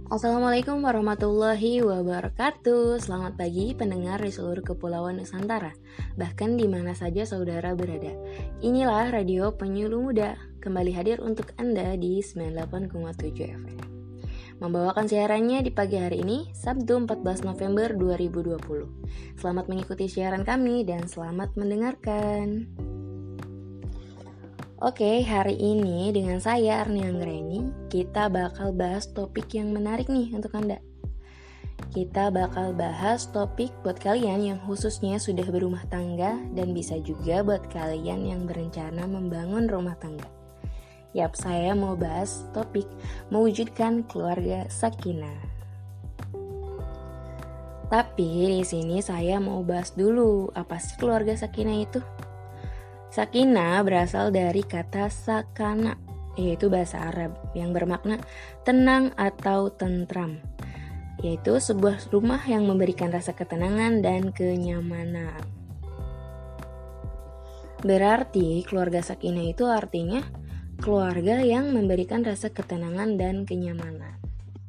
Assalamualaikum warahmatullahi wabarakatuh. Selamat pagi pendengar di seluruh kepulauan Nusantara, bahkan di mana saja saudara berada. Inilah Radio Penyuluh Muda, kembali hadir untuk Anda di 98,7 FM. Membawakan siarannya di pagi hari ini, Sabtu 14 November 2020. Selamat mengikuti siaran kami dan selamat mendengarkan. Oke, hari ini dengan saya Arni Anggreni, kita bakal bahas topik yang menarik nih untuk Anda. Kita bakal bahas topik buat kalian yang khususnya sudah berumah tangga dan bisa juga buat kalian yang berencana membangun rumah tangga. Yap, saya mau bahas topik mewujudkan keluarga sakinah. Tapi di sini saya mau bahas dulu, apa sih keluarga sakinah itu? Sakinah berasal dari kata sakana, yaitu bahasa Arab yang bermakna tenang atau tentram, yaitu sebuah rumah yang memberikan rasa ketenangan dan kenyamanan. Berarti keluarga sakinah itu artinya keluarga yang memberikan rasa ketenangan dan kenyamanan.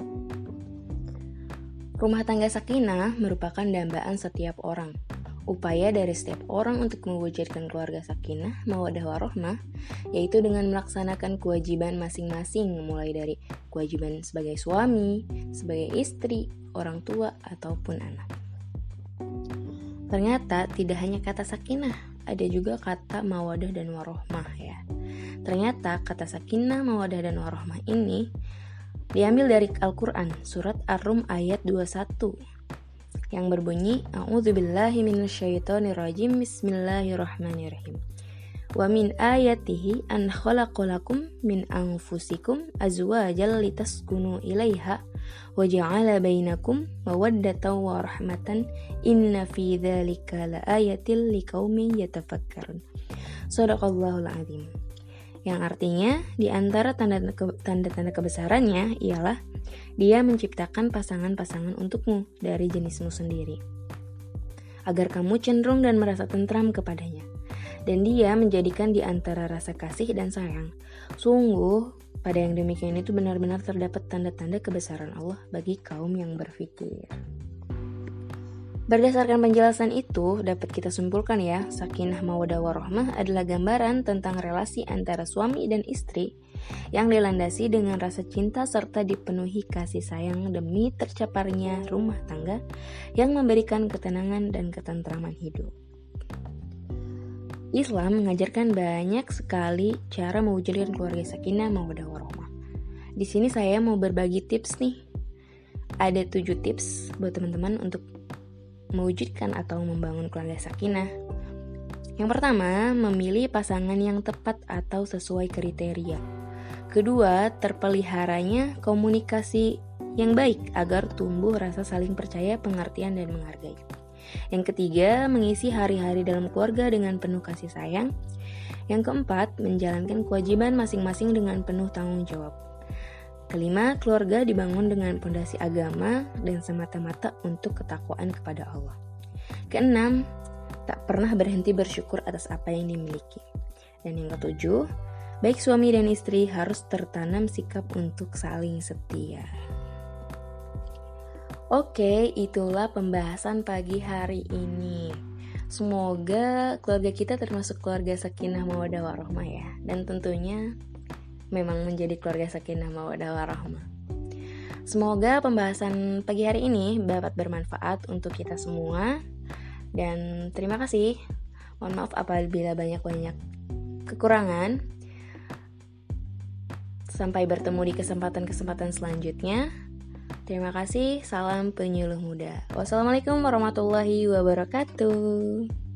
Rumah tangga sakinah merupakan dambaan setiap orang. Upaya dari setiap orang untuk mewujudkan keluarga sakinah, mawaddah warahmah, yaitu dengan melaksanakan kewajiban masing-masing, mulai dari kewajiban sebagai suami, sebagai istri, orang tua, ataupun anak. Ternyata tidak hanya kata sakinah, ada juga kata mawaddah dan warahmah ya. Ternyata kata sakinah, mawaddah, dan warahmah ini diambil dari Al-Quran, surat Ar-Rum ayat 21. Yang berbunyi A'udzubillahi minasyaitonirrajim Bismillahirrahmanirrahim. Wa min ayatihi an khalaqalakum min anfusikum azwajal litaskunu ilaiha wa ja'ala bainakum mawaddatan wa rahmatan inna fi dzalika laayatil liqaumin yatafakkarun. Shadaqallahul azim. Yang artinya di antara tanda-tanda kebesarannya ialah Dia menciptakan pasangan-pasangan untukmu dari jenismu sendiri, agar kamu cenderung dan merasa tentram kepadanya. Dan Dia menjadikan di antara rasa kasih dan sayang. Sungguh, pada yang demikian itu benar-benar terdapat tanda-tanda kebesaran Allah bagi kaum yang berfikir. Berdasarkan penjelasan itu, dapat kita simpulkan ya, sakinah mawaddah warahmah adalah gambaran tentang relasi antara suami dan istri yang dilandasi dengan rasa cinta serta dipenuhi kasih sayang demi tercapainya rumah tangga yang memberikan ketenangan dan ketentraman hidup. Islam mengajarkan banyak sekali cara mewujudkan keluarga sakinah mawaddah warahmah. Di sini saya mau berbagi tips nih. Ada 7 tips buat teman-teman untuk mewujudkan atau membangun keluarga sakinah. Yang pertama, memilih pasangan yang tepat atau sesuai kriteria. Kedua, terpeliharanya komunikasi yang baik agar tumbuh rasa saling percaya, pengertian, dan menghargai. Yang ketiga, mengisi hari-hari dalam keluarga dengan penuh kasih sayang. Yang keempat, menjalankan kewajiban masing-masing dengan penuh tanggung jawab. Kelima, keluarga dibangun dengan pondasi agama dan semata-mata untuk ketakwaan kepada Allah. Keenam, tak pernah berhenti bersyukur atas apa yang dimiliki. Dan yang ketujuh, baik suami dan istri harus tertanam sikap untuk saling setia. Oke, itulah pembahasan pagi hari ini. Semoga keluarga kita termasuk keluarga sakinah mawaddah warahmah ya. Dan tentunya memang menjadi keluarga sakinah mawaddah warahmah. Semoga pembahasan pagi hari ini dapat bermanfaat untuk kita semua. Dan terima kasih. Mohon maaf apabila banyak kekurangan. Sampai bertemu di kesempatan-kesempatan selanjutnya. Terima kasih. Salam penyuluh muda. Wassalamualaikum warahmatullahi wabarakatuh.